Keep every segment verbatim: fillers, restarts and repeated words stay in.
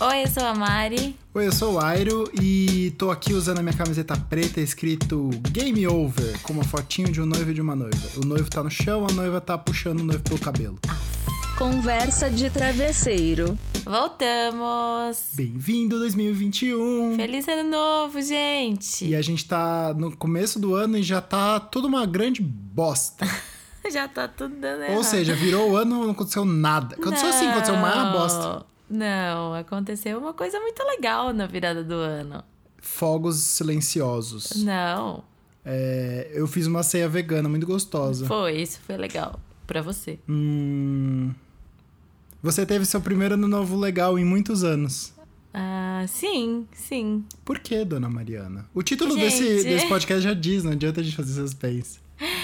Oi, eu sou a Mari. Oi, eu sou o Airo e tô aqui usando a minha camiseta preta escrito Game Over, com uma fotinho de um noivo e de uma noiva. O noivo tá no chão, a noiva tá puxando o noivo pelo cabelo. Conversa de travesseiro. Voltamos! Bem-vindo dois mil e vinte e um! Feliz ano novo, gente! E a gente tá no começo do ano e já tá tudo uma grande bosta. Já tá tudo dando errado. Ou seja, virou o ano e não aconteceu nada. Aconteceu não, sim, aconteceu uma bosta. Não, aconteceu uma coisa muito legal na virada do ano. Fogos silenciosos. Não. É, eu fiz uma ceia vegana muito gostosa. Foi, isso foi legal. Pra você. Hum... Você teve seu primeiro ano novo legal em muitos anos. Ah, sim, sim. Por que, dona Mariana? O título Gente. desse, desse podcast já diz, não adianta a gente fazer suspense.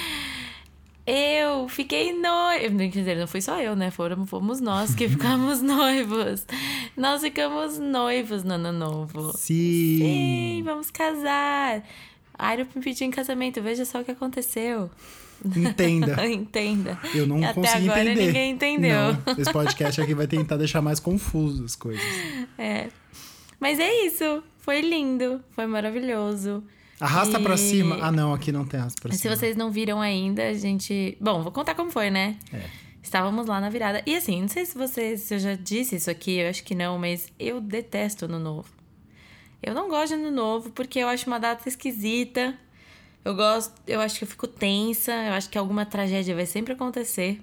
Eu fiquei noiva. Quer dizer, não fui só eu, né? Foram, fomos nós que ficamos noivos. Nós ficamos noivos no ano novo. Sim. Sim, vamos casar. Airo me pediu em casamento, veja só o que aconteceu. Entenda. Entenda. Eu não Até consegui agora entender. Ninguém entendeu. Não, esse podcast aqui vai tentar deixar mais confuso as coisas. É. Mas é isso. Foi lindo. Foi maravilhoso. Arrasta e... pra cima. Ah, não, aqui não tem arrasta pra Se cima. Se vocês não viram ainda, a gente... Bom, vou contar como foi, né? É. Estávamos lá na virada. E assim, não sei se você se eu já disse isso aqui, eu acho que não, mas eu detesto Ano Novo. Eu não gosto de Ano Novo porque eu acho uma data esquisita. Eu gosto, eu acho que eu fico tensa, eu acho que alguma tragédia vai sempre acontecer.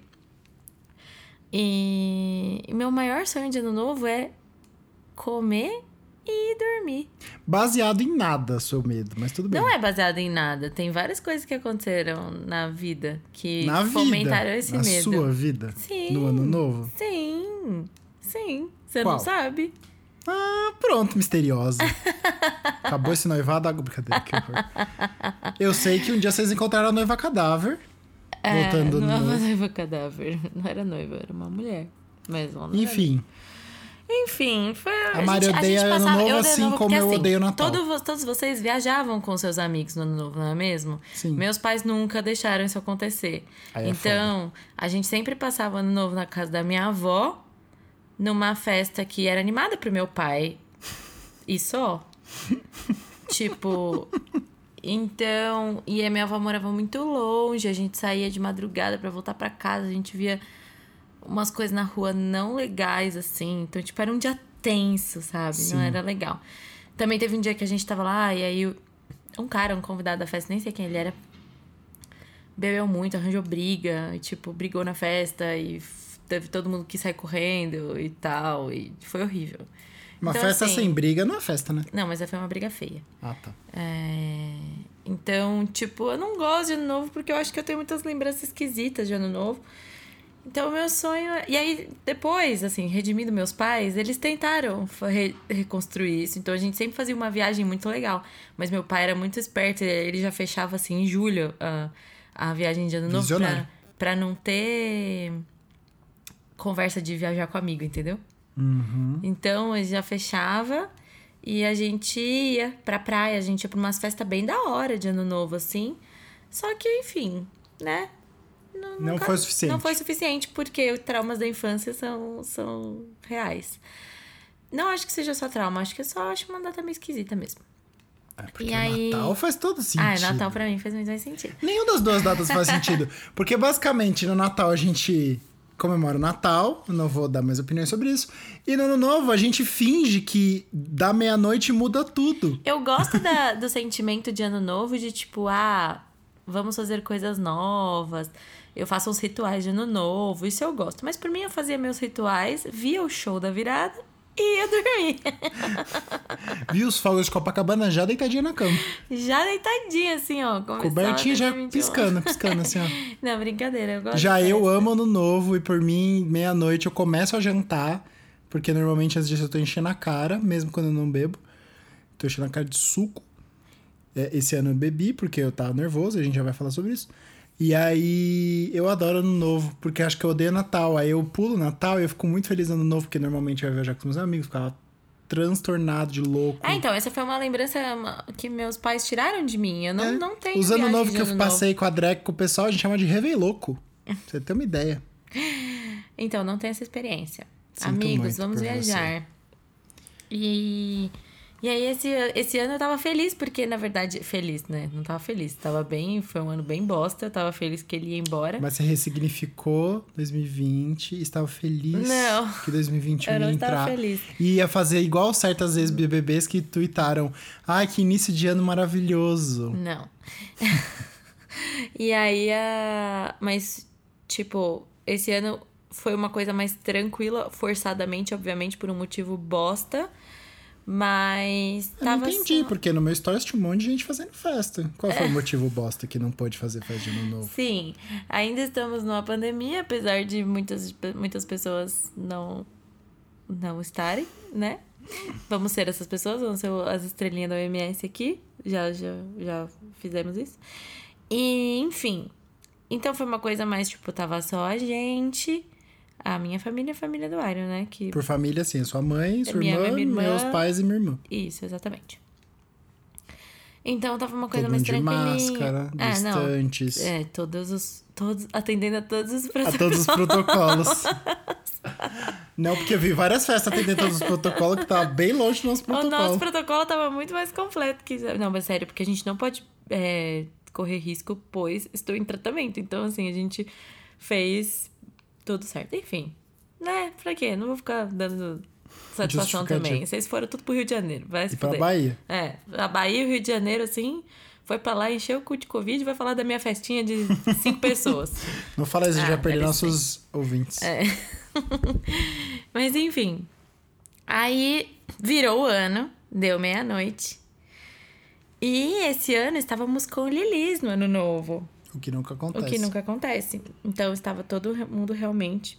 E, e meu maior sonho de Ano Novo é comer e dormir. Baseado em nada, seu medo, mas tudo bem. Não é baseado em nada. Tem várias coisas que aconteceram na vida que na fomentaram vida, esse na medo. sua vida? Sim. No ano novo? Sim. Sim. Você Qual? não sabe? Ah, pronto, misteriosa. Acabou esse noivado, água, brincadeira, que horror. Eu sei que um dia vocês encontraram a noiva cadáver. É, Voltando não no... era uma noiva cadáver. Não era noiva, era uma mulher. Mas não, não Enfim. Era. Enfim, foi... A Mari odeia Ano passava, Novo eu assim novo como porque, eu assim, odeio Natal. Todos, todos vocês viajavam com seus amigos no Ano Novo, não é mesmo? Sim. Meus pais nunca deixaram isso acontecer. Aí é então, a gente sempre passava o Ano Novo na casa da minha avó, numa festa que era animada pro meu pai. E só. Tipo... Então... E a minha avó morava muito longe. A gente saía de madrugada pra voltar pra casa. A gente via umas coisas na rua não legais, assim. Então, tipo, era um dia tenso, sabe? Sim. Não era legal. Também teve um dia que a gente tava lá e aí... Um cara, um convidado da festa, nem sei quem ele era, bebeu muito, arranjou briga. E, tipo, brigou na festa e teve todo mundo que sair correndo e tal. E foi horrível. Uma então, festa assim, sem briga não é festa, né? Não, mas foi uma briga feia. Ah, tá. É... Então, tipo, eu não gosto de Ano Novo porque eu acho que eu tenho muitas lembranças esquisitas de Ano Novo. Então, o meu sonho... E aí, depois, assim, redimindo meus pais, eles tentaram re- reconstruir isso. Então, a gente sempre fazia uma viagem muito legal. Mas meu pai era muito esperto. Ele já fechava, assim, em julho a, a viagem de Ano Novo pra, pra não ter conversa de viajar com amigo, entendeu? Uhum. Então, ele já fechava e a gente ia pra praia. A gente ia pra umas festas bem da hora de Ano Novo, assim. Só que, enfim, né? Não, Não nunca, foi suficiente. Não foi suficiente, porque os traumas da infância são, são reais. Não acho que seja só trauma, acho que eu só acho uma data meio esquisita mesmo. É porque E aí... Natal faz todo sentido. Ah, Natal pra mim faz muito mais sentido. Nenhuma das duas datas faz sentido. Porque, basicamente, no Natal a gente comemora o Natal. Eu não vou dar mais opiniões sobre isso. E no Ano Novo a gente finge que da meia-noite muda tudo. Eu gosto da, do sentimento de Ano Novo, de tipo, ah, vamos fazer coisas novas. Eu faço uns rituais de Ano Novo, isso eu gosto. Mas por mim eu fazia meus rituais, via o show da virada e ia dormir. Vi os fogos de Copacabana já deitadinha na cama. Já deitadinha, assim, ó. Cobertinha já piscando, piscando, assim, ó. Não, brincadeira, eu gosto. Já eu dessa. amo Ano Novo e por mim, meia-noite eu começo a jantar. Porque normalmente às vezes eu tô enchendo a cara, mesmo quando eu não bebo. Tô enchendo a cara de suco. Esse ano eu bebi porque eu tava nervoso, a gente já vai falar sobre isso. E aí, eu adoro Ano Novo, porque acho que eu odeio Natal. Aí eu pulo Natal e eu fico muito feliz no Ano Novo, porque normalmente eu ia viajar com os meus amigos, ficava transtornado de louco. Ah, então, essa foi uma lembrança que meus pais tiraram de mim. Eu não, é. não tenho Os Ano viagem Novo de que eu ano passei com a drag, com o pessoal, a gente chama de Réveillon. Pra você ter uma ideia. Então, não tenho essa experiência. Sinto Amigos, muito vamos por viajar. E, e aí, esse, esse ano eu tava feliz, porque, na verdade, feliz, né? Não tava feliz. Tava bem, foi um ano bem bosta. Eu tava feliz que ele ia embora. Mas você ressignificou dois mil e vinte e estava feliz Não, que dois mil e vinte e um eu não ia estava entrar. feliz. E ia fazer igual certas ex-B B Bs que tuitaram. Ai, que início de ano maravilhoso. Não. E aí, a... mas, tipo, esse ano foi uma coisa mais tranquila, forçadamente, obviamente, por um motivo bosta. Mas Eu tava não entendi, só... porque no meu stories tinha um monte de gente fazendo festa. Qual foi o motivo bosta que não pôde fazer festa de ano novo? Sim, ainda estamos numa pandemia, apesar de muitas, muitas pessoas não, não estarem, né? Vamos ser essas pessoas, vamos ser as estrelinhas da O M S aqui. Já, já, já fizemos isso. E, enfim. Então foi uma coisa mais, tipo, tava só a gente, a minha família e a família do Iron, né? Que... Por família, assim, sua mãe, sua Minha- irmã, minha irmã. meus pais e minha irmã. Isso, exatamente. Então tava uma coisa Todo mais mundo de tranquilinha. máscara, Ah, não. distantes. É, todos os. Todos, atendendo a todos os A protocolos. todos os protocolos. Não, porque eu vi várias festas atendendo todos os protocolos que tava bem longe do nosso O protocolo. nosso protocolo tava muito mais completo que... Não, mas sério, porque a gente não pode é, correr risco, pois estou em tratamento. Então, assim, a gente fez tudo certo. Enfim, né? Pra quê? Não vou ficar dando satisfação Justificativa. também. Vocês foram tudo pro Rio de Janeiro. Vai se E pra fuder. Bahia. É, a Bahia e o Rio de Janeiro, assim... Foi pra lá, encheu o cu de Covid e vai falar da minha festinha de cinco pessoas. Não fala isso, a gente Ah, vai perder deve nossos ouvintes. É. Mas enfim. Aí virou o ano, deu meia-noite. E esse ano estávamos com Lilis no ano novo. O que nunca acontece. O que nunca acontece. Então estava todo mundo realmente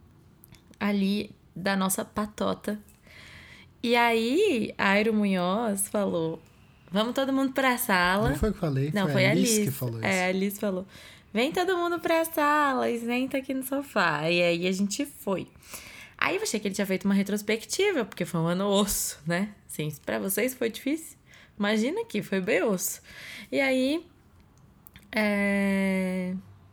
ali da nossa patota. E aí, a Airo Munhoz falou: vamos todo mundo pra sala. Não foi o que eu falei, Não, foi, foi a a Alice Liz. que falou isso. É, a Liz falou: vem todo mundo pra sala e senta aqui no sofá. E aí a gente foi. Aí eu achei que ele tinha feito uma retrospectiva, porque foi um ano osso, né? Assim, pra vocês foi difícil? Imagina aqui, foi bem osso. E aí... É...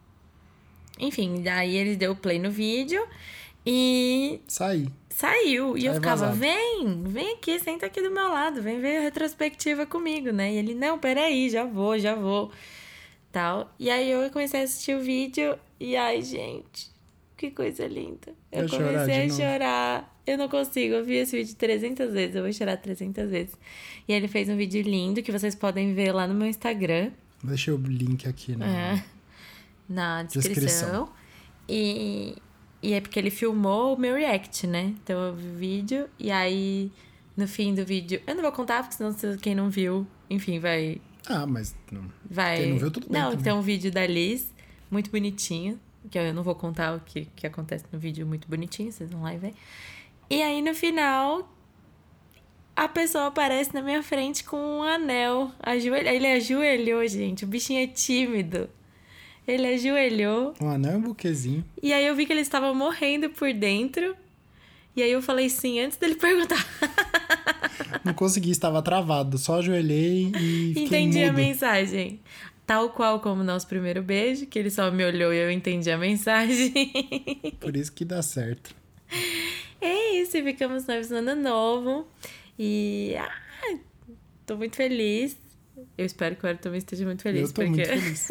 Enfim, daí ele deu play no vídeo e Saí. saiu. E Saiu eu ficava, vazado. vem, vem aqui, senta aqui do meu lado, vem ver a retrospectiva comigo, né? E ele, não, peraí, já vou, já vou. Tal. E aí eu comecei a assistir o vídeo e, ai, gente, que coisa linda. Eu Vai chorar comecei a de novo. chorar. Eu não consigo, eu vi esse vídeo trezentas vezes, eu vou chorar trezentas vezes. E ele fez um vídeo lindo que vocês podem ver lá no meu Instagram. Deixei o link aqui, né? É, na descrição. Descrição. E, e é porque ele filmou o meu react, né? Então eu vi o vídeo e aí no fim do vídeo... Eu não vou contar, porque senão se- quem não viu, enfim, vai... Ah, mas não. vai... Quem não viu, tudo bem Não, também. então o vídeo da Liz, muito bonitinho. Que eu não vou contar o que, que acontece no vídeo, muito bonitinho, vocês vão lá e ver. E aí no final... A pessoa aparece na minha frente com um anel. Ajoelha... Ele ajoelhou, gente. O bichinho é tímido. Ele ajoelhou. Um anel e um buquezinho. E aí eu vi que ele estava morrendo por dentro. E aí eu falei sim, antes dele perguntar. Não consegui, estava travado. Só ajoelhei e fiquei Entendi a mudo. mensagem. Tal qual como o nosso primeiro beijo, que ele só me olhou e eu entendi a mensagem. Por isso que dá certo. É isso, e ficamos noivos no ano novo. E... Ah, tô muito feliz. Eu espero que o Hélio também esteja muito feliz. Eu tô porque muito feliz.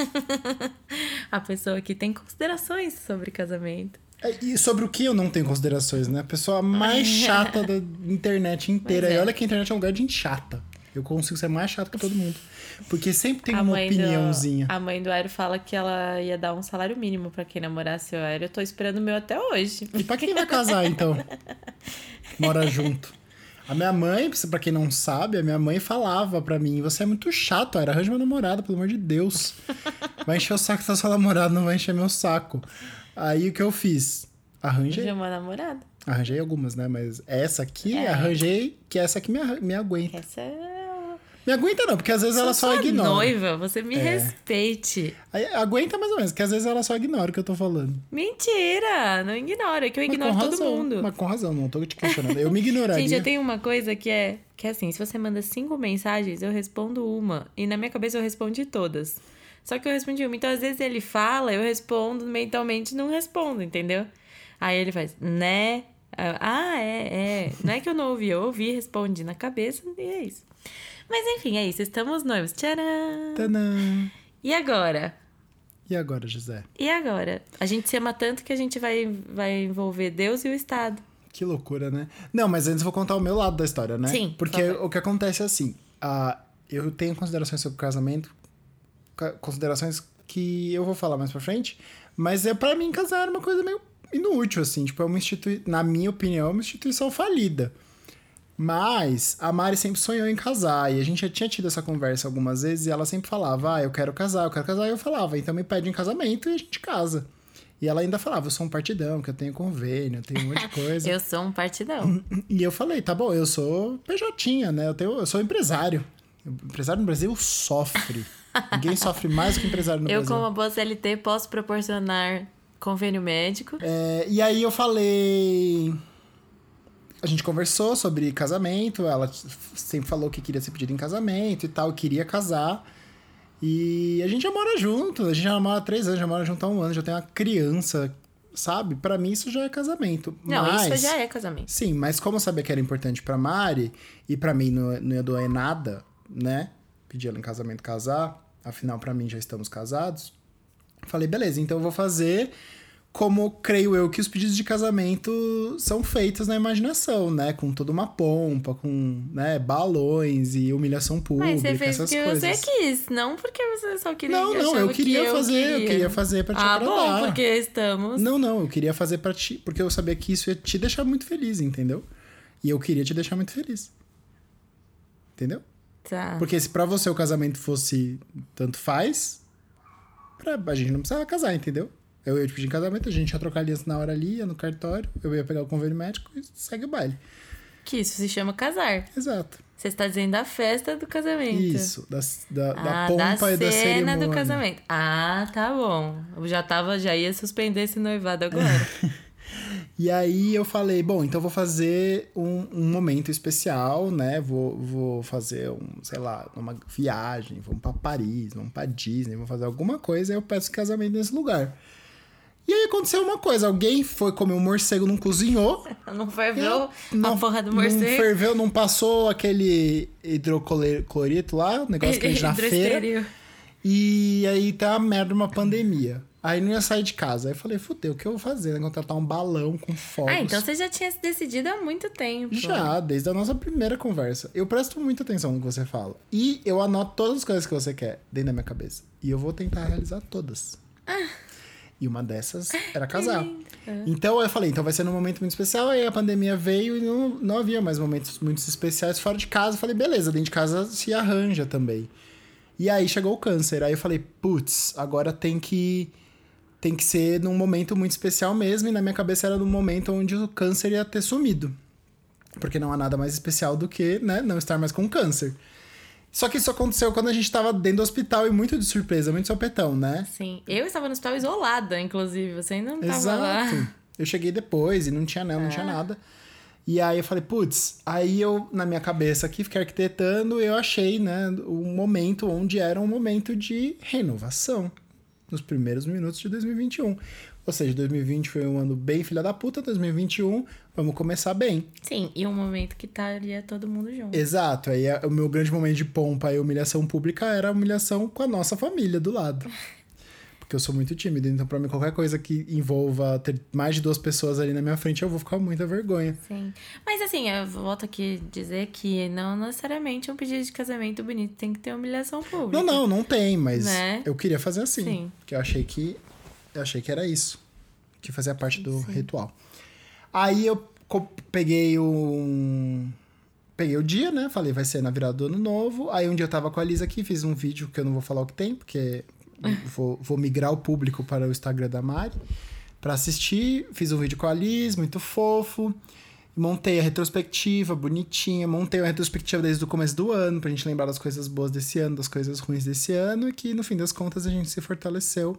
a pessoa aqui tem considerações sobre casamento. É, e sobre o que eu não tenho considerações, né? A pessoa mais chata da internet inteira. Mas E é. olha que a internet é um lugar de gente chata. Eu consigo ser mais chato que todo mundo. Porque sempre tem A uma mãe do- opiniãozinha. a mãe do Aero fala que ela ia dar um salário mínimo pra quem namorasse o Aero. Eu tô esperando o meu até hoje. E pra quem vai casar, então? Mora junto. A minha mãe, pra quem não sabe, a minha mãe falava pra mim: você é muito chato, era arranja uma namorada, pelo amor de Deus. Vai encher o saco da sua namorada, não vai encher meu saco. Aí o que eu fiz? Arranjei. De uma namorada. Arranjei algumas, né? Mas essa aqui, É. arranjei que essa aqui me, arran- me aguenta. Essa é... Me aguenta não, porque às vezes ela Sou só sua ignora. noiva, você me É. respeite. Aí, aguenta mais ou menos, porque às vezes ela só ignora o que eu tô falando. Mentira! Não ignora, é que eu Mas ignoro com todo razão, mundo. Mas com razão, não tô te questionando. Eu me ignoraria. Gente, eu tenho uma coisa que é... Que é assim, se você manda cinco mensagens, eu respondo uma. E na minha cabeça eu respondi todas. Só que eu respondi uma. Então, às vezes ele fala, eu respondo mentalmente, não respondo, entendeu? Aí ele faz, né? Ah, é, é. Não é que eu não ouvi, eu ouvi, respondi na cabeça e é isso. Mas enfim, é isso. Estamos noivos. Tcharam! Tadã! E agora? E agora, José? E agora? A gente se ama tanto que a gente vai, vai envolver Deus e o Estado. Que loucura, né? Não, mas antes eu vou contar o meu lado da história, né? Sim, porque por favor. o que acontece é assim, uh, eu tenho considerações sobre o casamento, considerações que eu vou falar mais pra frente, mas é para mim casar era uma coisa meio inútil, assim, tipo, é uma instituição, na minha opinião, é uma instituição falida. Mas a Mari sempre sonhou em casar, e a gente já tinha tido essa conversa algumas vezes, e ela sempre falava, ah, eu quero casar, eu quero casar, e eu falava, então me pede em casamento e a gente casa. E ela ainda falava, eu sou um partidão, que eu tenho convênio, eu tenho um monte de coisa. Eu sou um partidão. E eu falei, tá bom, eu sou P J, né? Eu, tenho, eu sou empresário. O empresário no Brasil sofre. Ninguém sofre mais do que empresário no eu, Brasil. como uma boa C L T, posso proporcionar convênio médico. É, e aí eu falei... A gente conversou sobre casamento, ela sempre falou que queria ser pedida em casamento e tal, queria casar. E a gente já mora junto, a gente já mora há três anos, já mora junto há um ano, já tem uma criança, sabe? Pra mim isso já é casamento. Não, mas, isso já é casamento. Sim, mas como eu sabia que era importante pra Mari, e pra mim não, não ia doer nada, né? Pedir ela em casamento, casar, afinal pra mim já estamos casados. Falei, beleza, então eu vou fazer como creio eu que os pedidos de casamento são feitos na imaginação, né? Com toda uma pompa, com, né, balões e humilhação pública, Mas você fez essas porque coisas. você quis, não porque você só queria. Não, não, eu queria que eu fazer, queria. eu queria fazer pra te ah, agradar. Ah, bom, porque estamos... Não, não, eu queria fazer pra ti, porque eu sabia que isso ia te deixar muito feliz, entendeu? E eu queria te deixar muito feliz. Entendeu? Tá. Porque se pra você o casamento fosse tanto faz, pra, a gente não precisava casar, entendeu? Eu ia te pedir em casamento, a gente ia trocar aliança na hora ali, ia no cartório, eu ia pegar o convênio médico e segue o baile. Que isso se chama casar. Exato. Você está dizendo da festa do casamento. Isso, da, da, ah, da pompa da e da cerimônia. cena do casamento. Ah, tá bom. Eu já tava, já ia suspender esse noivado agora. E aí eu falei, bom, então vou fazer um, um momento especial, né? Vou, vou fazer, um, sei lá, uma viagem, vamos pra Paris, vamos pra Disney, vamos fazer alguma coisa, e eu peço casamento nesse lugar. E aí aconteceu uma coisa, alguém foi comer um morcego, não cozinhou. Não ferveu não, a porra do morcego. Não ferveu, não passou aquele hidroclorito lá, o negócio que a gente na feira. E aí tá a merda, uma pandemia. Aí não ia sair de casa. Aí eu falei, fudeu, o que eu vou fazer? Né? Contratar um balão com fogos. Ah, então você já tinha se decidido há muito tempo. Já, desde a nossa primeira conversa. Eu presto muita atenção no que você fala. E eu anoto todas as coisas que você quer dentro da minha cabeça. E eu vou tentar realizar todas. Ah. E uma dessas era casar. Então eu falei, então vai ser num momento muito especial. Aí a pandemia veio e não, não havia mais momentos muito especiais fora de casa. Eu falei, beleza, dentro de casa se arranja também. E aí chegou o câncer. Aí eu falei, putz, agora tem que, tem que ser num momento muito especial mesmo. E na minha cabeça era num momento onde o câncer ia ter sumido. Porque não há nada mais especial do que, né, não estar mais com câncer. Só que isso aconteceu quando a gente tava dentro do hospital e muito de surpresa, muito sopetão, né? Sim. Eu estava no hospital isolada, inclusive. Você ainda não tava Exato. lá. Eu cheguei depois e não tinha não, não ah. tinha nada. E aí eu falei, putz, aí eu, na minha cabeça aqui, fiquei arquitetando, eu achei, né, um momento onde era um momento de renovação. Nos primeiros minutos de dois mil e vinte e um. Ou seja, dois mil e vinte foi um ano bem filha da puta, dois mil e vinte e um, vamos começar bem. Sim, e um momento que estaria todo mundo junto. Exato, aí o meu grande momento de pompa e humilhação pública era a humilhação com a nossa família do lado. Porque eu sou muito tímido, então pra mim qualquer coisa que envolva ter mais de duas pessoas ali na minha frente, eu vou ficar com muita vergonha. Sim, mas assim, eu volto aqui dizer que não necessariamente um pedido de casamento bonito tem que ter humilhação pública. Não, não, não tem, mas né? Eu queria fazer assim. Sim. Porque eu achei que eu achei que era isso, que fazia parte do Sim. ritual. Aí eu peguei um... Peguei o dia, né? Falei, vai ser na virada do ano novo. Aí um dia eu tava com a Lisa aqui, fiz um vídeo que eu não vou falar o que tem, porque vou, vou migrar o público para o Instagram da Mari pra assistir. Fiz um vídeo com a Liz, muito fofo. Montei a retrospectiva, bonitinha. Montei a retrospectiva desde o começo do ano, pra gente lembrar das coisas boas desse ano, das coisas ruins desse ano. E que, no fim das contas, a gente se fortaleceu.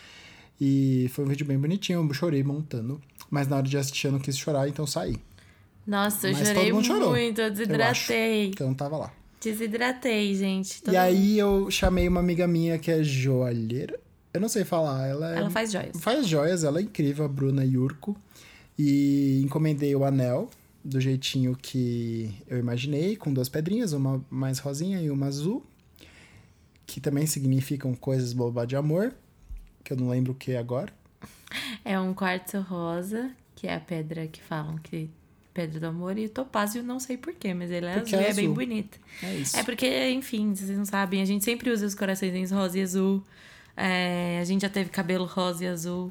E foi um vídeo bem bonitinho, eu chorei montando. Mas na hora de assistir eu não quis chorar, então saí. Nossa, eu Mas chorei todo mundo chorou, muito, eu desidratei. Eu, eu não tava lá. Desidratei, gente. E aí eu chamei uma amiga minha que é joalheira. Eu não sei falar, ela é... Ela faz joias. Faz joias, ela é incrível, a Bruna Yurko. E encomendei o anel do jeitinho que eu imaginei, com duas pedrinhas, uma mais rosinha e uma azul, que também significam coisas bobas de amor, que eu não lembro o que agora. É um quartzo rosa, que é a pedra que falam que pedra do amor, e o topázio não sei porquê, mas ele é Porque azul é e é bem azul. bonito. É isso. É porque, enfim, vocês não sabem, a gente sempre usa os corações rosa e azul. É, a gente já teve cabelo rosa e azul.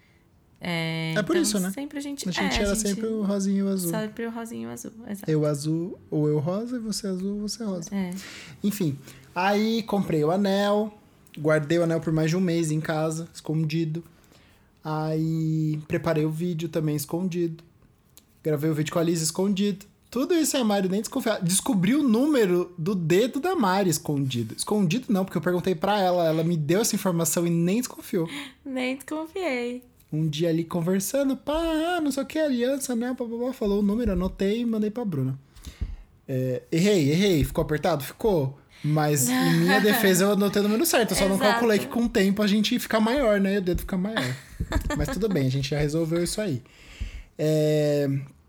É, É por então isso, né? Sempre a gente. A gente é, era a gente sempre o rosinho e o azul. Sempre o rosinho e o azul. Exato. Eu azul, ou eu rosa, e você azul, você rosa. É. Enfim, aí comprei o anel, guardei o anel por mais de um mês em casa, escondido. Aí preparei o vídeo também escondido. Gravei o vídeo com a Liz escondido. Tudo isso a Mari nem desconfiava. Descobri o número do dedo da Mari escondido. Escondido não, porque eu perguntei pra ela, ela me deu essa informação e nem desconfiou. Nem desconfiei. Um dia ali conversando, pá, ah, não sei o que, aliança, né? Pá, pá, pá, falou o número, anotei e mandei pra Bruna. É, errei, errei. Ficou apertado? Ficou. Mas em minha defesa eu anotei o número certo. Eu só não Exato. calculei que com o tempo a gente fica maior, né? E o dedo fica maior. Mas tudo bem, a gente já resolveu isso aí. É...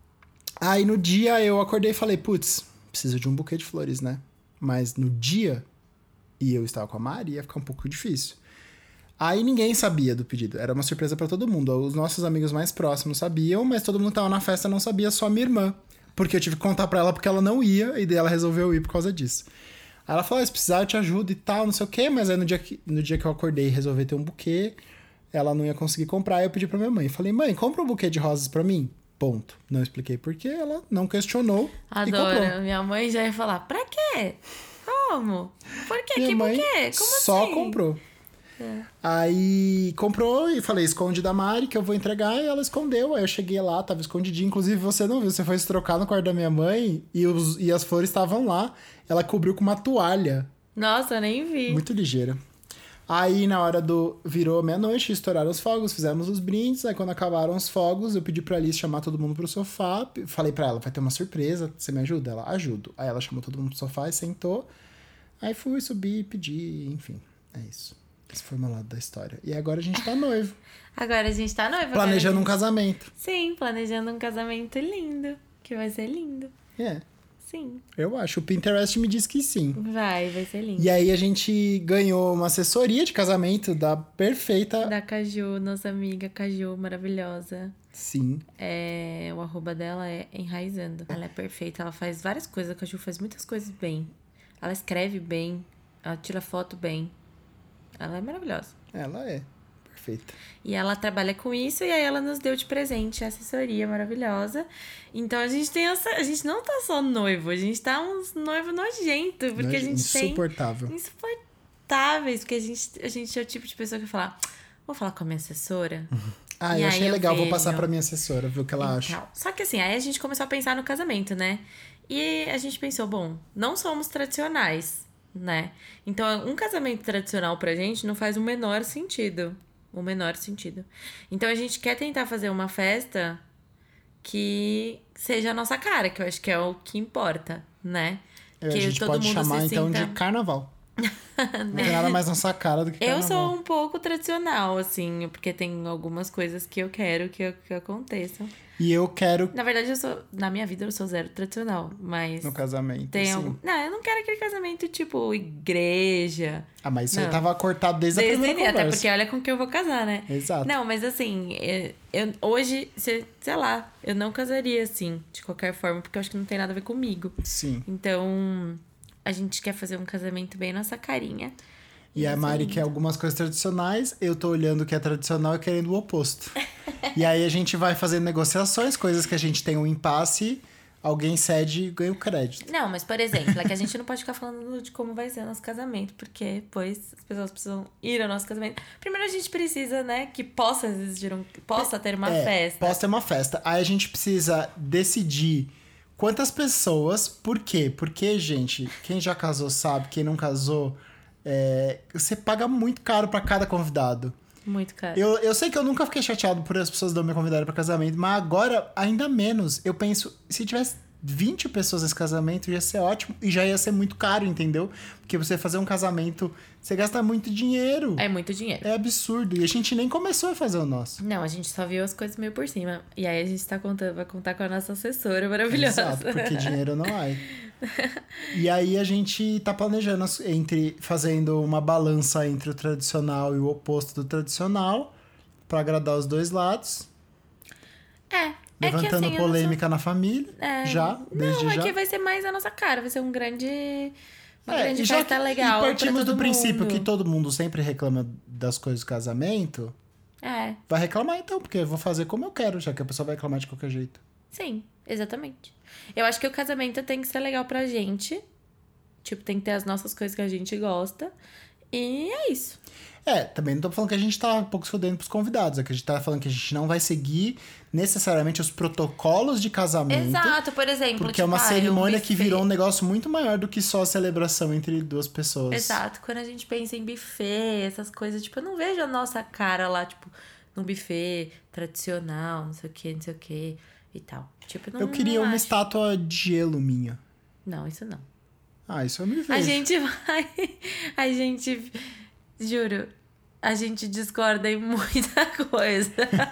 Aí no dia eu acordei e falei, putz, preciso de um buquê de flores, né? Mas no dia, e eu estava com a Mari, ia ficar um pouco difícil. Aí ninguém sabia do pedido. Era uma surpresa pra todo mundo. Os nossos amigos mais próximos sabiam, mas todo mundo que tava na festa não sabia, só minha irmã. Porque eu tive que contar pra ela porque ela não ia, e daí ela resolveu ir por causa disso. Aí ela falou, ah, se precisar eu te ajudo e tal, não sei o quê. Mas aí no dia que, no dia que eu acordei e resolvi ter um buquê, ela não ia conseguir comprar, aí eu pedi pra minha mãe. Falei, mãe, compra um buquê de rosas pra mim? Ponto. Não expliquei por quê, ela não questionou e comprou. Adoro. Minha mãe já ia falar, pra quê? Como? Por quê? Minha Que mãe buquê? Como só assim? comprou. É. Aí comprou e falei, esconde da Mari que eu vou entregar, e ela escondeu. Aí eu cheguei lá, tava escondidinho. Inclusive você não viu, você foi se trocar no quarto da minha mãe e, os, e as flores estavam lá. Ela cobriu com uma toalha. Nossa, eu nem vi. Muito ligeira. Aí na hora do... Virou meia-noite, estouraram os fogos, fizemos os brindes. Aí quando acabaram os fogos, eu pedi pra Alice chamar todo mundo pro sofá. Falei pra ela, vai ter uma surpresa, você me ajuda? Ela, ajudo. Aí ela chamou todo mundo pro sofá e sentou. Aí fui, subi, pedi, enfim. É isso. Esse foi o meu lado da história. E agora a gente tá noivo. Agora a gente tá noiva. Planejando um agora a gente... casamento. Sim, planejando um casamento lindo. Que vai ser lindo. É, Sim. eu acho. O Pinterest me disse que sim. Vai, vai ser lindo. E aí a gente ganhou uma assessoria de casamento da perfeita... Da Caju, nossa amiga Caju, maravilhosa. Sim. É, o arroba dela é Enraizando. Ela é perfeita, ela faz várias coisas. A Caju faz muitas coisas bem. Ela escreve bem, ela tira foto bem. Ela é maravilhosa. Ela é perfeita. E ela trabalha com isso, e aí ela nos deu de presente a assessoria maravilhosa. Então a gente tem essa. A gente não tá só noivo, a gente tá uns noivo nojento. Porque a gente Insuportável. tem. Insuportáveis. Porque a gente, a gente é o tipo de pessoa que fala: vou falar com a minha assessora. Ah, E eu aí achei eu legal, vou vejo. passar pra minha assessora, ver o que ela Então, acha. só que assim, aí a gente começou a pensar no casamento, né? E a gente pensou, bom, não somos tradicionais, né? Então, um casamento tradicional pra gente não faz o menor sentido. O menor sentido. Então, a gente quer tentar fazer uma festa que seja a nossa cara, que eu acho que é o que importa, né? É, que a gente todo pode mundo chamar, se então, sinta... de carnaval. Não tem nada mais nossa cara do que Eu carnaval. sou um pouco tradicional, assim, porque tem algumas coisas que eu quero que, que aconteçam. E eu quero, Na verdade, eu sou. Na minha vida, eu sou zero tradicional, mas. no casamento, Tem sim. algum... Não, eu não quero aquele casamento tipo igreja. Ah, mas isso aí Não. tava cortado desde, Desde a primeira até conversa. porque olha com quem eu vou casar, né? Exato. Não, mas assim, é, eu, hoje, se- sei lá, eu não casaria assim, de qualquer forma, porque eu acho que não tem nada a ver comigo. Sim. Então, a gente quer fazer um casamento bem nossa carinha. E a Mari quer algumas coisas tradicionais, eu tô olhando o que é tradicional e querendo o oposto. E aí a gente vai fazendo negociações, coisas que a gente tem um impasse, alguém cede e ganha o crédito. Não, mas por exemplo, é que a gente não pode ficar falando de como vai ser o nosso casamento, porque depois as pessoas precisam ir ao nosso casamento. Primeiro a gente precisa, né, que possa existir um, possa ter uma É, festa. Posso ter uma festa. Aí a gente precisa decidir quantas pessoas, por quê? Porque, gente, quem já casou sabe, quem não casou, é, você paga muito caro pra cada convidado. Muito caro. Eu, eu sei que eu nunca fiquei chateado por as pessoas não me convidarem pra casamento, mas agora, ainda menos. Eu penso, se tivesse vinte pessoas nesse casamento ia ser ótimo e já ia ser muito caro, entendeu? Porque você fazer um casamento, você gasta muito dinheiro. É muito dinheiro. É absurdo. E a gente nem começou a fazer o nosso. Não, a gente só viu as coisas meio por cima. E aí a gente tá contando, vai contar com a nossa assessora maravilhosa. Exato, porque dinheiro não há. E aí a gente tá planejando entre fazendo uma balança entre o tradicional e o oposto do tradicional pra agradar os dois lados. É. Levantando é que, assim, polêmica na família, é, já, desde não, é já. que vai ser mais a nossa cara, vai ser um grande... Uma É, grande e já festa que, legal e partimos pra todo do princípio mundo. que todo mundo sempre reclama das coisas do casamento, É, vai reclamar então, porque eu vou fazer como eu quero, já que a pessoa vai reclamar de qualquer jeito. sim, exatamente. Eu acho que o casamento tem que ser legal pra gente. Tipo, tem que ter as nossas coisas que a gente gosta. E é isso. É, também não tô falando que a gente tá um pouco se fodendo pros convidados, é que a gente tá falando que a gente não vai seguir necessariamente os protocolos de casamento. Exato, por exemplo. Porque tipo, é uma ah, cerimônia um que buffet. virou um negócio muito maior do que só a celebração entre duas pessoas. Exato, quando a gente pensa em buffet, essas coisas, tipo, eu não vejo a nossa cara lá, tipo, num buffet tradicional, não sei o que, não sei o que e tal. Tipo, não, Eu queria não uma acho. estátua de gelo minha. Não, isso não. Ah, isso eu me vejo. A gente vai. A gente. Juro. A gente discorda em muita coisa.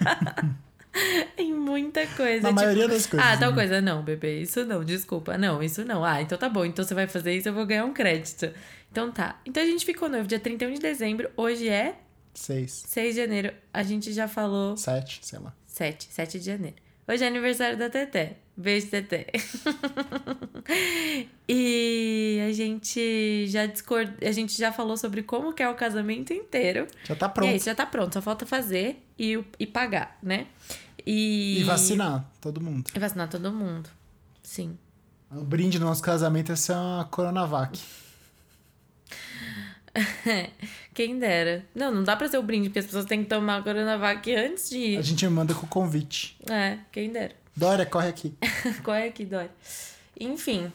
Em muita coisa. Na tipo, maioria das coisas. Ah, tal né? coisa. Não, bebê, isso não, desculpa. Não, isso não. Ah, então tá bom. Então você vai fazer isso, eu vou ganhar um crédito. Então tá. Então a gente ficou noivo dia trinta e um de dezembro. Hoje é Seis. seis de janeiro. A gente já falou. Sete, sei lá. sete. sete de janeiro. Hoje é aniversário da Teté. Beijo, Teté. E a gente já discord... a gente já falou sobre como que é o casamento inteiro. Já tá E pronto. é isso, já tá pronto. Só falta fazer e, e pagar, né? E... E vacinar todo mundo. E vacinar todo mundo. Sim. O brinde do nosso casamento é ser uma Coronavac. Quem dera. Não, não dá pra ser o brinde, porque as pessoas têm que tomar a Coronavac antes de ir. A gente manda com convite. É, quem dera. Dória, corre aqui. Corre aqui, dói. Enfim.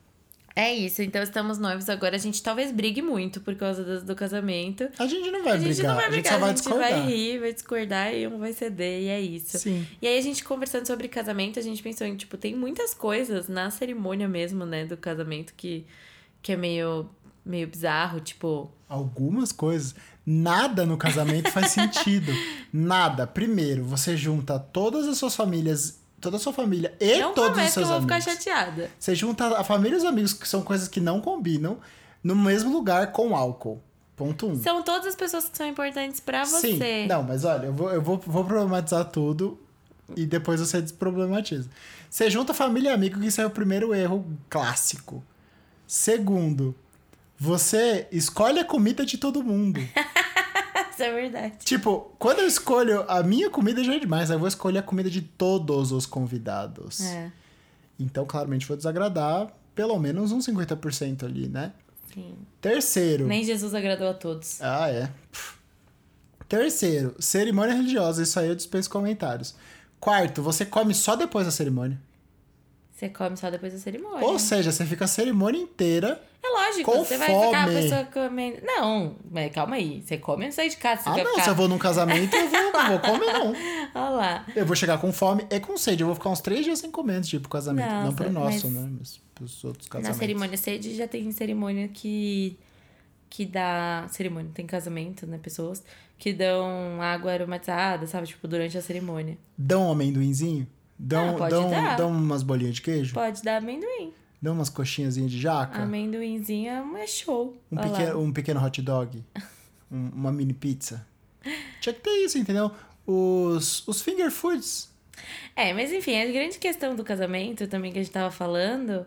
É isso. Então estamos noivos agora. A gente talvez brigue muito por causa do, do casamento. A gente não vai A gente brigar. não vai a gente brigar, só vai a gente discordar. vai rir, vai discordar e um vai ceder, e é isso. Sim. E aí a gente conversando sobre casamento, a gente pensou em, tipo, tem muitas coisas na cerimônia mesmo, né, do casamento que, que é meio, meio bizarro, tipo... Algumas coisas. Nada no casamento faz sentido. Nada. Primeiro, você junta todas as suas famílias, toda a sua família e não todos os começa que eu seus vou amigos. ficar chateada. Você junta a família e os amigos, que são coisas que não combinam, no mesmo lugar com álcool. Ponto um. São todas as pessoas que são importantes pra Sim. você. Não, mas olha, eu vou, eu vou, vou problematizar tudo e depois você desproblematiza. Você junta família e amigo, que isso é o primeiro erro clássico. Segundo, você escolhe a comida de todo mundo. Isso é verdade. Tipo, quando eu escolho a minha comida já é demais, eu vou escolher a comida de todos os convidados. É, Então, claramente, vou desagradar pelo menos uns cinquenta por cento ali, né? sim. Terceiro. Nem Jesus agradou a todos. Ah, é. Pff. Terceiro, cerimônia religiosa. Isso aí eu dispenso comentários. Quarto, você come só depois da cerimônia. Você come só depois da cerimônia. Ou seja, você fica a cerimônia inteira. É lógico, com você vai ficar a fome. pessoa comendo. Não, mas calma aí. Você come antes de sair de casa. Você Ah, vai não. ficar... Se eu vou num casamento, eu vou, não vou comer, não. Olha lá. Eu vou chegar com fome e com sede. Eu vou ficar uns três dias sem comer antes de ir pro casamento. Não, Nossa, pro nosso, mas- né? Mas pros outros Na casamentos. cerimônia sede já tem cerimônia que que dá cerimônia, tem casamento, né, pessoas que dão água aromatizada, sabe, tipo durante a cerimônia. Dão um amendoinzinho? Dão, Ah, pode dão, dar. dão umas bolinhas de queijo? Pode dar amendoim. Dão umas coxinhazinhas de jaca? Amendoinzinho é um- é show. Um Olha lá. pequeno, um pequeno hot dog? Um- uma mini pizza? Tinha que ter isso, entendeu? Os, os finger foods. É, mas enfim, a grande questão do casamento também que a gente tava falando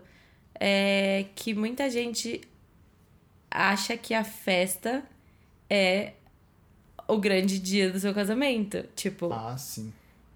é que muita gente acha que a festa é o grande dia do seu casamento. Tipo, Ah, sim.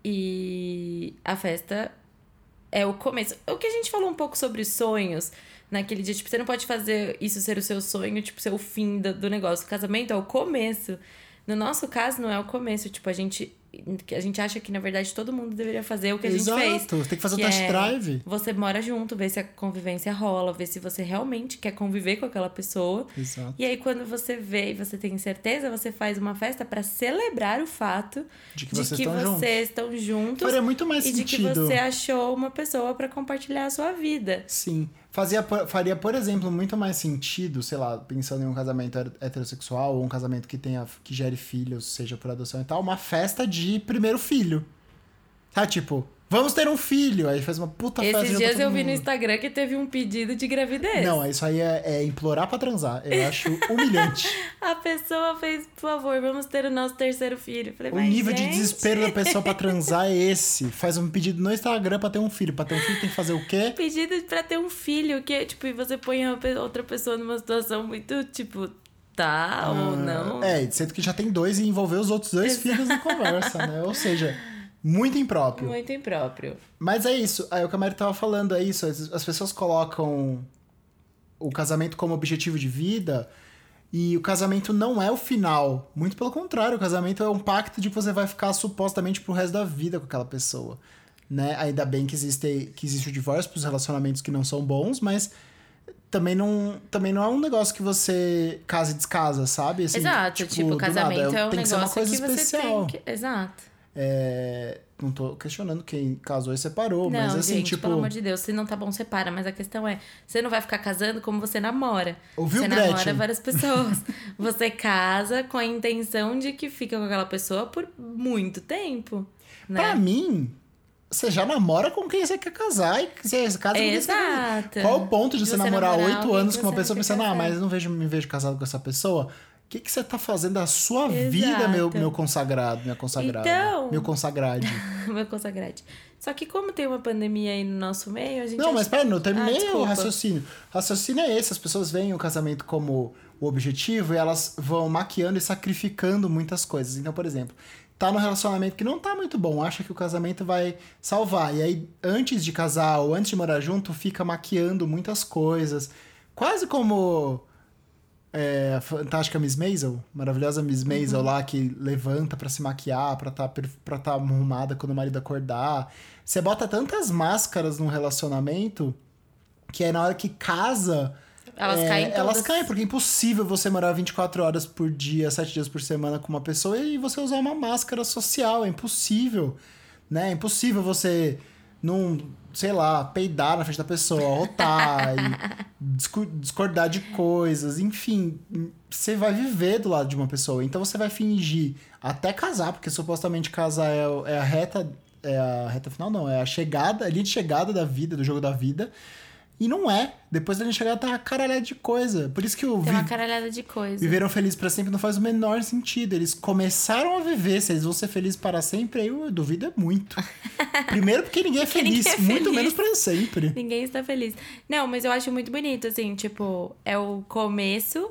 e a festa é o começo. O que a gente falou um pouco sobre sonhos naquele dia, tipo, você não pode fazer isso ser o seu sonho, tipo, ser o fim do, do negócio. O casamento é o começo. No nosso caso, não é o começo. Tipo, a gente que a gente acha que, na verdade, todo mundo deveria fazer o que a Exato. gente fez. Tem que fazer o que test é, drive. Você mora junto, vê se a convivência rola, vê se você realmente quer conviver com aquela pessoa. Exato. E aí, quando você vê e você tem certeza, você faz uma festa pra celebrar o fato De que de vocês que estão juntos. vocês estão juntos. Faria muito mais e sentido. de que você achou uma pessoa pra compartilhar a sua vida. Sim. Fazia, faria, por exemplo, muito mais sentido, sei lá, pensando em um casamento heterossexual ou um casamento que tenha que gere filhos, seja por adoção e tal, uma festa de primeiro filho. Tá, tipo, vamos ter um filho. Aí faz uma puta festa. Esses junto dias com todo eu vi no mundo. Instagram que teve um pedido de gravidez. Não, isso aí é, é implorar pra transar. Eu acho humilhante. A pessoa fez, por favor, vamos ter o nosso terceiro filho. Eu falei, O mas, nível de gente, desespero da pessoa pra transar é esse. Faz um pedido no Instagram pra ter um filho. Pra ter um filho tem que fazer o quê? Pedido pra ter um filho, que tipo, e você põe a pe- outra pessoa numa situação muito, tipo, tá ou não. É, sendo que já tem dois e envolver os outros dois filhos na conversa, né? Ou seja, muito impróprio. Muito impróprio. Mas é isso, aí o que a Mari tava falando é isso, as as pessoas colocam o casamento como objetivo de vida e o casamento não é o final, muito pelo contrário, o casamento é um pacto de que você vai ficar supostamente pro resto da vida com aquela pessoa, né? Ainda bem que existe, que existe o divórcio pros relacionamentos que não são bons, mas também não, também não é um negócio que você casa e descasa, sabe? Assim, Exato, tipo, do o casamento nada, é um tem que ser uma negócio coisa que especial. você tem que... Exato. É, não tô questionando quem casou e separou, Não, mas assim, gente, tipo... pelo amor de Deus, se não tá bom, separa. Mas a questão é, você não vai ficar casando como você namora. Ouviu, você Gretchen? namora várias pessoas. Você casa com a intenção de que fica com aquela pessoa por muito tempo, né? Pra mim, você já namora com quem você quer casar e você casa com quem você quer casar. Exato. Qual o ponto de De você você namorar namorar oito alguém anos que com uma você pessoa não quer pensando, ah, casar? mas eu não vejo, me vejo casado com essa pessoa? O que, que você tá fazendo da sua Exato. vida, meu, meu consagrado, minha consagrada? Então- Meu consagrade. Meu consagrade. Só que como tem uma pandemia aí no nosso meio, a gente... Não, acha- mas pera, não terminei Ah, o desculpa. raciocínio. O raciocínio é esse, as pessoas veem o casamento como o objetivo e elas vão maquiando e sacrificando muitas coisas. Então, por exemplo, tá num relacionamento que não tá muito bom, acha que o casamento vai salvar. E aí, antes de casar ou antes de morar junto, fica maquiando muitas coisas. Quase como... É, a fantástica Miss Maisel, maravilhosa Miss Maisel Uhum. lá, que levanta pra se maquiar, pra tá, per- pra tá arrumada quando o marido acordar. Você bota tantas máscaras num relacionamento que aí na hora que casa... Elas é, caem Elas todas. caem, porque é impossível você morar vinte e quatro horas por dia, sete dias por semana com uma pessoa e você usar uma máscara social. É impossível, né? É impossível você não, sei lá, peidar na frente da pessoa, rotar e discu- discordar de coisas. Enfim, você vai viver do lado de uma pessoa. Então você vai fingir até casar, porque supostamente casar é, o- é a reta... É a reta final, não. É a chegada, a linha de chegada da vida, do jogo da vida. E não é. Depois da gente chegar, tá uma caralhada de coisa. Por isso que o Tem uma vi- caralhada de coisa. Viveram felizes pra sempre não faz o menor sentido. Eles começaram a viver. Se eles vão ser felizes para sempre, aí eu duvido é muito. Primeiro porque ninguém é Porque feliz. ninguém é Muito feliz. menos pra sempre. Ninguém está feliz. Não, mas eu acho muito bonito, assim, tipo, é o começo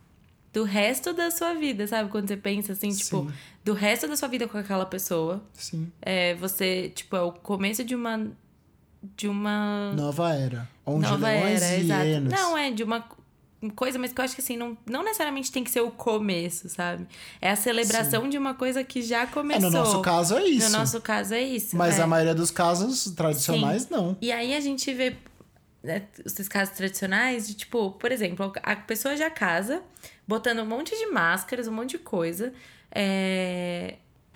do resto da sua vida, sabe? Quando você pensa, assim, tipo, Sim. do resto da sua vida com aquela pessoa. Sim. É, você, tipo, é o começo de uma... De uma... Nova era. Onde nova leões era, e exato. hienas. Não, é de uma coisa, mas que eu acho que, assim, não, não necessariamente tem que ser o começo, sabe? É a celebração de uma coisa que já É, começou. no nosso caso é isso. No nosso caso é isso. Mas é. a maioria dos casos tradicionais, não. E aí a gente vê, né, esses casos tradicionais de, tipo, por exemplo, a pessoa já casa, botando um monte de máscaras, um monte de coisa. É...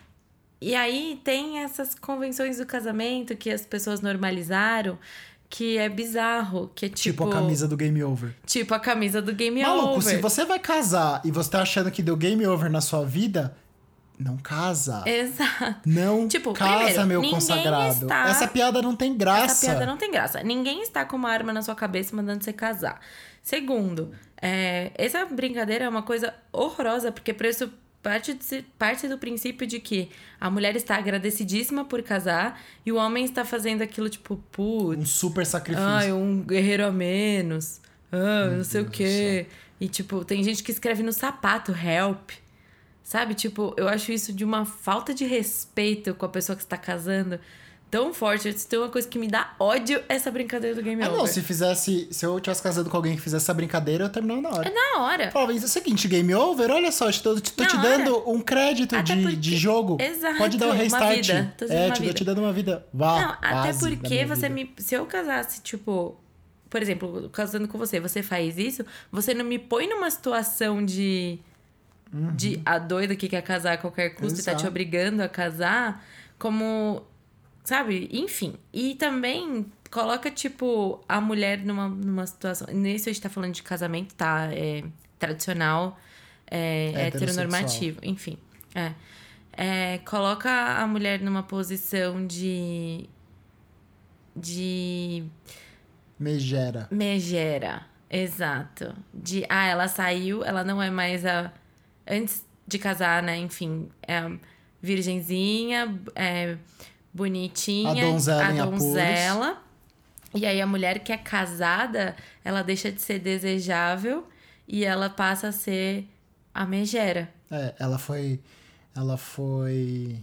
E aí tem essas convenções do casamento que as pessoas normalizaram, que é bizarro, que é tipo... Tipo a camisa do Game Over. Tipo a camisa do Game Maluco, Over. se você vai casar e você tá achando que deu Game Over na sua vida, não casa. Exato. Não Tipo, casa, primeiro, meu ninguém consagrado. está- Essa piada não tem graça. Essa piada não tem graça. Ninguém está com uma arma na sua cabeça mandando você casar. Segundo, é, essa brincadeira é uma coisa horrorosa, porque preço parte, de, parte do princípio de que a mulher está agradecidíssima por casar e o homem está fazendo aquilo tipo, putz, Um super sacrifício. ai, um guerreiro a menos, ah, não sei Deus o quê. E, tipo, tem gente que escreve no sapato, help. Sabe? Tipo, eu acho isso de uma falta de respeito com a pessoa que está casando tão forte. Se tem uma coisa que me dá ódio, é essa brincadeira do game Ah, over. não, se fizesse... Se eu tivesse casado com alguém que fizesse essa brincadeira, eu terminava na hora. É na hora. Falava, isso é o seguinte, game over, olha só, eu te tô, tô Na te hora. dando um crédito Até de, porque- de jogo. Exato, Pode dar um uma restart. vida. Tô dando É, uma te, tô vida. te dando uma vida. Vá, Não, até base da porque minha você vida. me... Se eu casasse, tipo... Por exemplo, casando com você, você faz isso, você não me põe numa situação de... De a doida que quer casar a qualquer custo e tá te Exato. obrigando a casar, como... Sabe? Enfim. E também coloca, tipo, a mulher numa, numa situação... Nesse a gente tá falando de casamento, tá? É tradicional, é, Heterossexual. heteronormativo, enfim. É. É, coloca a mulher numa posição de... De... Megera. Megera. Exato. De, ah, ela saiu, ela não é mais a... Antes de casar, né? Enfim, é a virgenzinha, é bonitinha. A donzela em a apuros. donzela. E aí a mulher que é casada, ela deixa de ser desejável e ela passa a ser a megera. É, ela foi... Ela foi...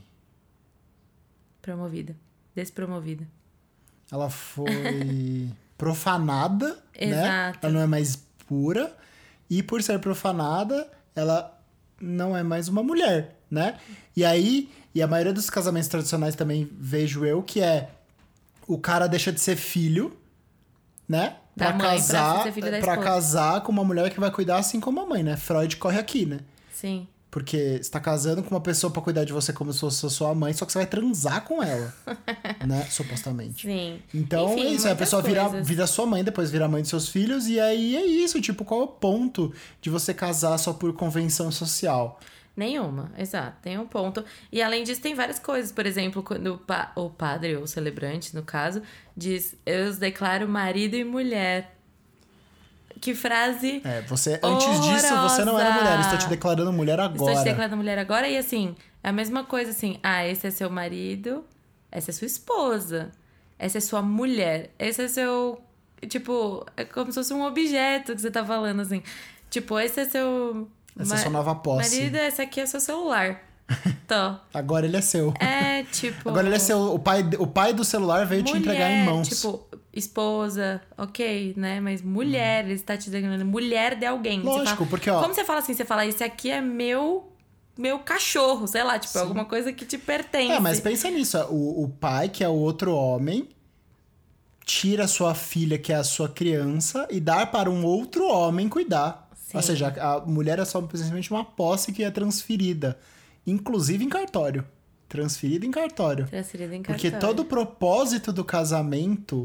Promovida. Despromovida. Ela foi profanada, né? Exato. Ela não é mais pura. E por ser profanada, ela não é mais uma mulher, né? E aí, e a maioria dos casamentos tradicionais também vejo eu que é o cara deixa de ser filho, né? Da Pra mãe pra casar, ser filho da pra esposa. casar com uma mulher que vai cuidar assim como a mãe, né? Freud corre aqui, né? Sim. Porque você tá casando com uma pessoa pra cuidar de você como se fosse a sua mãe, só que você vai transar com ela, né? Supostamente. Sim. Então Enfim, é isso, aí a muitas pessoa vira, coisas. vira sua mãe, depois vira mãe dos seus filhos, e aí é isso, tipo, qual é o ponto de você casar só por convenção social? Nenhuma, exato, tem um ponto. E além disso, tem várias coisas. Por exemplo, quando o, pa- o padre, ou o celebrante, no caso, diz: eu os declaro marido e mulher. Que frase. É, você, antes disso, você não era Horrorosa. mulher, estou te declarando mulher agora. Estou te declarando mulher agora. E assim, é a mesma coisa assim. Ah, esse é seu marido, essa é sua esposa, essa é sua mulher, esse é seu. Tipo, é como se fosse um objeto que você tá falando, assim. Tipo, esse é seu. Essa é sua nova posse. Marido, esse aqui é seu celular. Tô. Agora ele é seu. É, tipo... Agora ele é seu. O pai, o pai do celular veio te entregar em mãos. Tipo, esposa, ok, né? Mas mulher, ele está te declarando mulher de alguém. Você Lógico, fala- porque, ó- Como você fala assim? Você fala, esse aqui é meu... Meu cachorro, sei lá. Tipo, alguma coisa que te pertence. É, mas pensa nisso. O, o pai, que é o outro homem, tira a sua filha, que é a sua criança, e dá para um outro homem cuidar. Sim. Ou seja, a mulher é só simplesmente uma posse que é transferida. Inclusive em cartório. Transferida em cartório. Transferido em Porque cartório. todo o propósito do casamento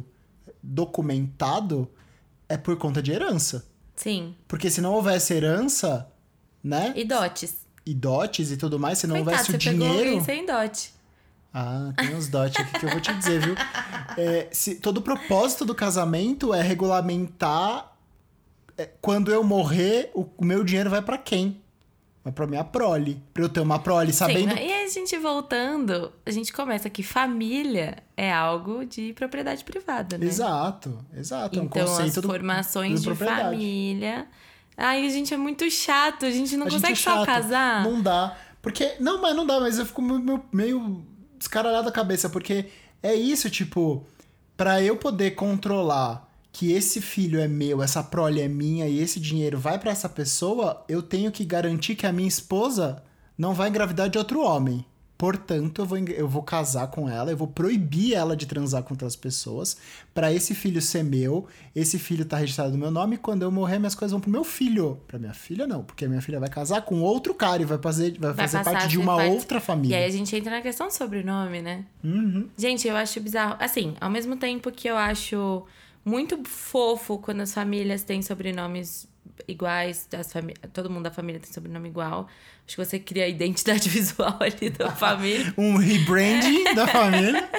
documentado é por conta de herança. Sim. Porque se não houvesse herança, né? E dotes. E dotes e tudo mais, se não Coitado, houvesse o você pegou alguém dinheiro... sem dote. Ah, tem uns dotes aqui que eu vou te dizer, viu? É, se, todo o propósito do casamento é regulamentar é, quando eu morrer, o, o meu dinheiro vai pra quem? Vai pra minha prole. Pra eu ter uma prole, sabendo... Sim, e aí a gente voltando, a gente começa que família é algo de propriedade privada, né? Exato, exato. É um Então, as conceito do, formações do de propriedade. família... Ai, a gente é muito chato, a gente não A gente consegue é só chato. casar. Não dá. Porque... Não, mas não dá, mas eu fico meio, meio descaralhado da cabeça. Porque é isso, tipo... Pra eu poder controlar que esse filho é meu, essa prole é minha e esse dinheiro vai pra essa pessoa, eu tenho que garantir que a minha esposa não vai engravidar de outro homem. Portanto, eu vou, engra- eu vou casar com ela, eu vou proibir ela de transar com outras pessoas, pra esse filho ser meu, esse filho tá registrado no meu nome, e quando eu morrer, minhas coisas vão pro meu filho. Pra minha filha, não, porque a minha filha vai casar com outro cara e vai fazer, vai Vai fazer passar parte a de ser uma parte- outra E família. aí a gente entra na questão do sobrenome, né? Uhum. Gente, eu acho bizarro. Assim, ao mesmo tempo que eu acho muito fofo quando as famílias têm sobrenomes iguais, as fami- todo mundo da família tem sobrenome igual. Acho que você cria a identidade visual ali da família. Um rebranding da família.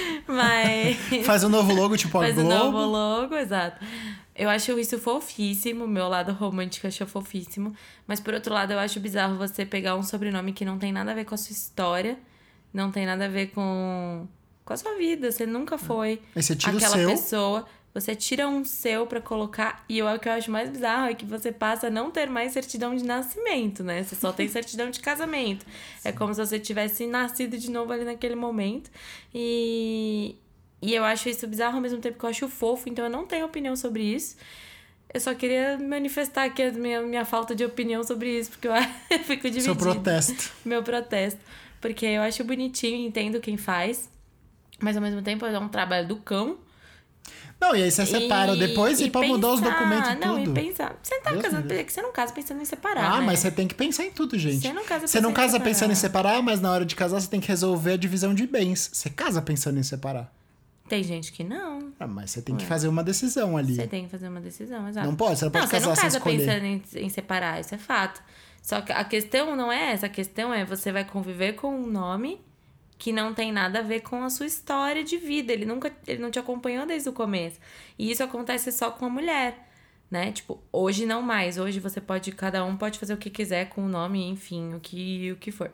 Mas. Faz um novo logo, tipo a Faz o Globo. novo logo, exato. Eu acho isso fofíssimo, meu lado romântico achou fofíssimo. Mas por outro lado, eu acho bizarro você pegar um sobrenome que não tem nada a ver com a sua história, não tem nada a ver com, com a sua vida. Você nunca foi Aí você tira o aquela seu. pessoa. você tira um seu pra colocar. E eu, o que eu acho mais bizarro é que você passa a não ter mais certidão de nascimento, né? Você só tem certidão de casamento. Sim. É como se você tivesse nascido de novo ali naquele momento. E, e eu acho isso bizarro ao mesmo tempo que eu acho fofo. Então eu não tenho opinião sobre isso. Eu só queria manifestar aqui a minha, minha falta de opinião sobre isso. Porque eu, eu fico dividida. Seu protesto. Meu protesto. Porque eu acho bonitinho, entendo quem faz. Mas ao mesmo tempo é um trabalho do cão. Não, e aí você separa e, depois e, e pra pensar, mudar os documentos e tudo. Não, e pensar. Você não tá Deus casando, porque você não casa pensando em separar, Ah, né? mas você tem que pensar em tudo, gente. Você não casa pensando, você não casa em, pensando em separar, mas na hora de casar você tem que resolver a divisão de bens. Você casa pensando em separar. Tem gente que não. Ah, mas você tem que fazer uma decisão ali. Você tem que fazer uma decisão, exato. Não pode, você não pode não, casar você não casa sem escolher. pensando em, em separar, isso é fato. Só que a questão não é essa, a questão é você vai conviver com um nome que não tem nada a ver com a sua história de vida. Ele nunca, ele não te acompanhou desde o começo. E isso acontece só com a mulher, né? Tipo, hoje não mais. Hoje você pode, cada um pode fazer o que quiser com o nome, enfim, o que, o que for.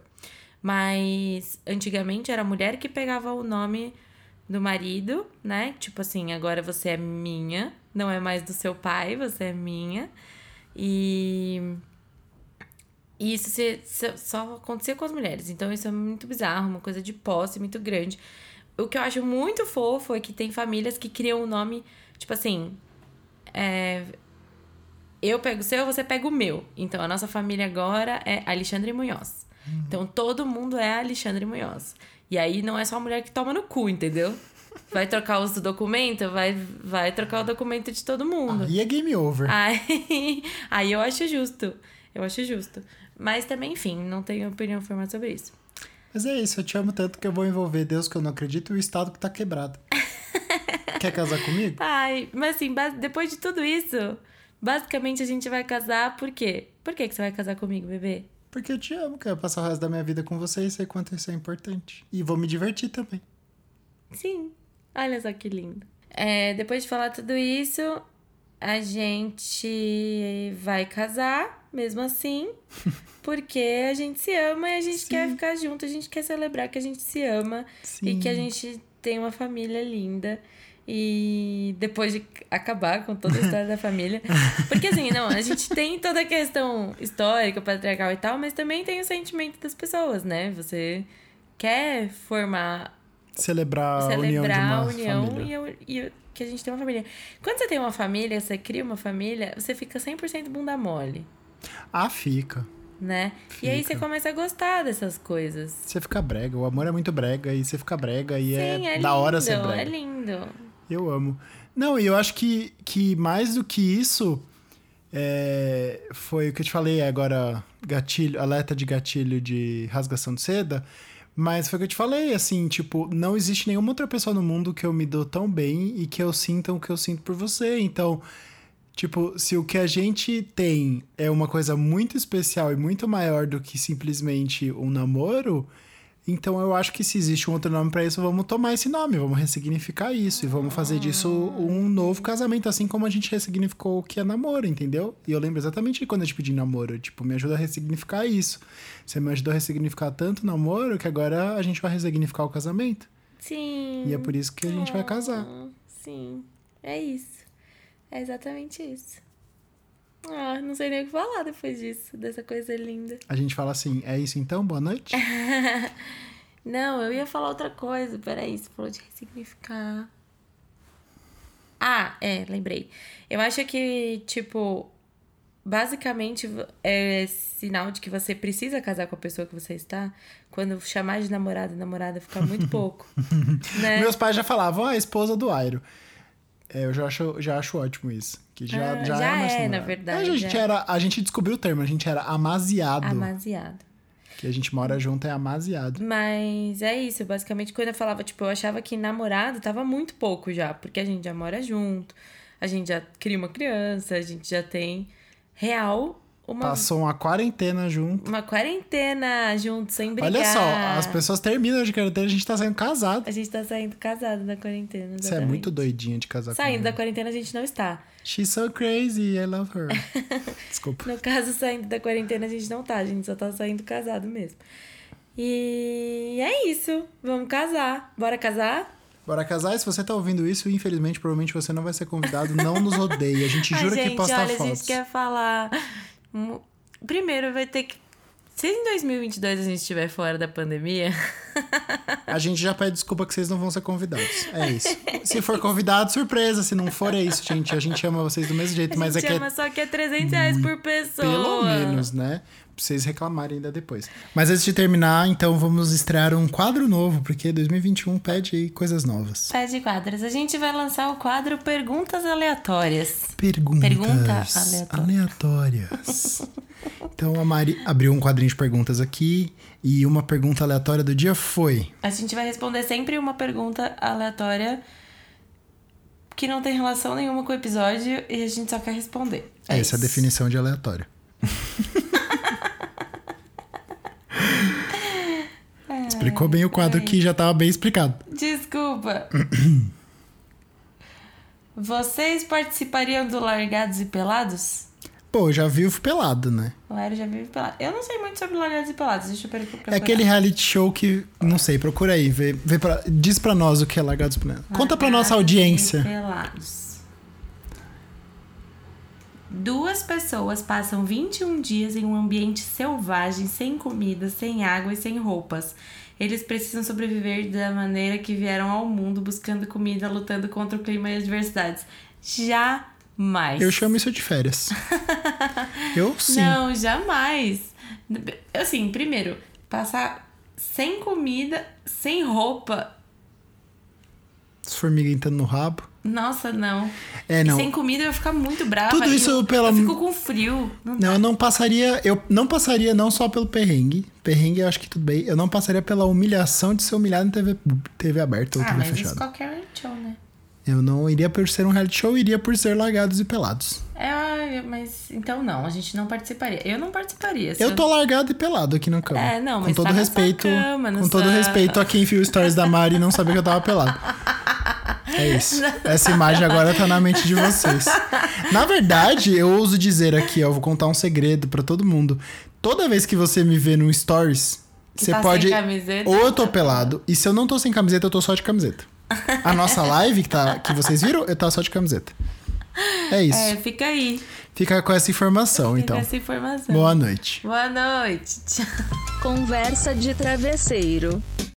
Mas antigamente era a mulher que pegava o nome do marido, né? Tipo assim, agora você é minha, não é mais do seu pai, você é minha. E... E isso se, se, só acontecia com as mulheres. Então isso é muito bizarro, uma coisa de posse muito grande. O que eu acho muito fofo é que tem famílias que criam o nome, tipo assim... É, eu pego o seu, você pega o meu. Então a nossa família agora é Alexandre Munhoz. Uhum. Então todo mundo é Alexandre Munhoz. E aí não é só a mulher que toma no cu, entendeu? Vai trocar o documento, vai, vai trocar o documento de todo mundo. Aí é game over. Aí, aí eu acho justo. Eu acho justo. Mas também, enfim, não tenho opinião formada sobre isso. Mas é isso, eu te amo tanto que eu vou envolver Deus que eu não acredito e o Estado que tá quebrado. Quer casar comigo? Ai, mas assim, depois de tudo isso, basicamente a gente vai casar por quê? Por que que você vai casar comigo, bebê? Porque eu te amo, quero passar o resto da minha vida com você e sei quanto isso é importante. E vou me divertir também. Sim, olha só que lindo. É, depois de falar tudo isso, a gente vai casar, mesmo assim, porque a gente se ama e a gente Sim. quer ficar junto, a gente quer celebrar que a gente se ama Sim. e que a gente tem uma família linda. E depois de acabar com toda a história da família. Porque assim, não, a gente tem toda a questão histórica, patriarcal e tal, mas também tem o sentimento das pessoas, né? Você quer formar... Celebrar, celebrar a a união de uma união família. E, e que a gente tem uma família. Quando você tem uma família, você cria uma família, você fica cem por cento bunda mole. Ah, fica. Né? Fica. E aí você começa a gostar dessas coisas. Você fica brega, o amor é muito brega e você fica brega e Sim, é, é da lindo, hora ser brega. É lindo. Eu amo. Não, e eu acho que, que mais do que isso, é, foi o que eu te falei agora, gatilho, alerta de gatilho de rasgação de seda, mas foi o que eu te falei, assim, tipo, não existe nenhuma outra pessoa no mundo que eu me dou tão bem e que eu sinta o que eu sinto por você. Então, tipo, se o que a gente tem é uma coisa muito especial e muito maior do que simplesmente um namoro... Então, eu acho que se existe um outro nome pra isso, vamos tomar esse nome, vamos ressignificar isso e vamos fazer disso um novo casamento, assim como a gente ressignificou o que é namoro, entendeu? E eu lembro exatamente de quando eu te pedi namoro, tipo, me ajuda a ressignificar isso. Você me ajudou a ressignificar tanto o namoro que agora a gente vai ressignificar o casamento. Sim. E é por isso que a gente vai casar. Sim, é isso. É exatamente isso. Ah, não sei nem o que falar depois disso, dessa coisa linda. A gente fala assim, é isso então? Boa noite? Não, eu ia falar outra coisa. Peraí, você falou de ressignificar. Ah, é, lembrei. Eu acho que, tipo, basicamente é sinal de que você precisa casar com a pessoa que você está quando chamar de namorado e namorada ficar muito pouco. Né? Meus pais já falavam, ah, a esposa do Airo. É, eu já acho, já acho ótimo isso. Que já, ah, já, já é, é na verdade. A gente, era, a gente descobriu o termo, a gente era amaziado. Amaziado. Que a gente mora junto é amaziado. Mas é isso, basicamente, quando eu falava, tipo, eu achava que namorado tava muito pouco já, porque a gente já mora junto, a gente já cria uma criança, a gente já tem real uma... Passou uma quarentena junto. Uma quarentena junto, sem brigar. Olha só, as pessoas terminam de quarentena, a gente tá saindo casado. A gente tá saindo casado da quarentena, exatamente. Você é muito doidinha de casar Saindo com da quarentena a gente não está. She's so crazy, I love her. Desculpa. No caso, saindo da quarentena a gente não tá, a gente só tá saindo casado mesmo. E é isso, vamos casar. Bora casar? Bora casar, e se você tá ouvindo isso, infelizmente, provavelmente você não vai ser convidado, não nos odeie. A gente jura Ai, gente, que posta olha, fotos. a gente quer falar... Primeiro, vai ter que... Se em dois mil e vinte e dois a gente estiver fora da pandemia... A gente já pede desculpa que vocês não vão ser convidados. É isso. Se for convidado, surpresa. Se não for, é isso, gente. A gente ama vocês do mesmo jeito, A mas é gente que ama, é só que é trezentos reais por pessoa. pelo menos, né? Pra vocês reclamarem ainda depois. Mas antes de terminar, então vamos estrear um quadro novo, porque dois mil e vinte e um pede aí coisas novas. Pede quadros. A gente vai lançar o quadro Perguntas Aleatórias. Perguntas Pergunta aleatória. aleatórias. Então a Mari abriu um quadrinho de perguntas aqui e uma pergunta aleatória do dia foi... A gente vai responder sempre uma pergunta aleatória que não tem relação nenhuma com o episódio e a gente só quer responder. É Essa isso. é a definição de aleatório. Explicou bem o quadro que já tava bem explicado. Desculpa. Vocês participariam do Largados e Pelados? Pô, eu já vivo pelado, né? O Hélio já vive pelado. Eu não sei muito sobre Largados e Pelados. Deixa eu procurar. É aquele reality show que... Não sei, procura aí. Vê, vê pra, diz pra nós o que é Largados e Pelados. Conta pra nossa Largados e audiência. Pelados. Duas pessoas passam vinte e um dias em um ambiente selvagem, sem comida, sem água e sem roupas. Eles precisam sobreviver da maneira que vieram ao mundo, buscando comida, lutando contra o clima e as adversidades. Jamais. Eu chamo isso de férias. Eu sim. Não, jamais. Assim, primeiro, passar sem comida, sem roupa. As formigas entrando no rabo. Nossa, não. É, não. E sem comida eu ia ficar muito brava. Tudo e isso eu, pela- eu fico com frio. Não, Não, eu não passaria... Eu não passaria não só pelo perrengue. Perrengue eu acho que tudo bem. Eu não passaria pela humilhação de ser humilhado em T V, T V aberta ou Ah, T V mas isso fechada. qualquer reality show, né? Eu não iria por ser um reality show, eu iria por ser largados e pelados. É, mas então não, a gente não participaria. Eu não participaria. Se Eu tô largado e pelado aqui na cama. É, não, com mas todo tá na respeito, sua cama, na com todo sua- respeito a quem viu o stories da Mari e não sabia que eu tava pelado. É isso. Essa imagem agora tá na mente de vocês. Na verdade, eu ouso dizer aqui, ó, eu vou contar um segredo pra todo mundo. Toda vez que você me vê no stories, Que você tá pode... sem camiseta, ou eu tô tá pelado, e se eu não tô sem camiseta, eu tô só de camiseta. A nossa live que, tá, que vocês viram, eu tava só de camiseta. É isso. É, fica aí. Fica com essa informação, Fica então. essa informação. Boa noite. Boa noite. Tchau. Conversa de travesseiro.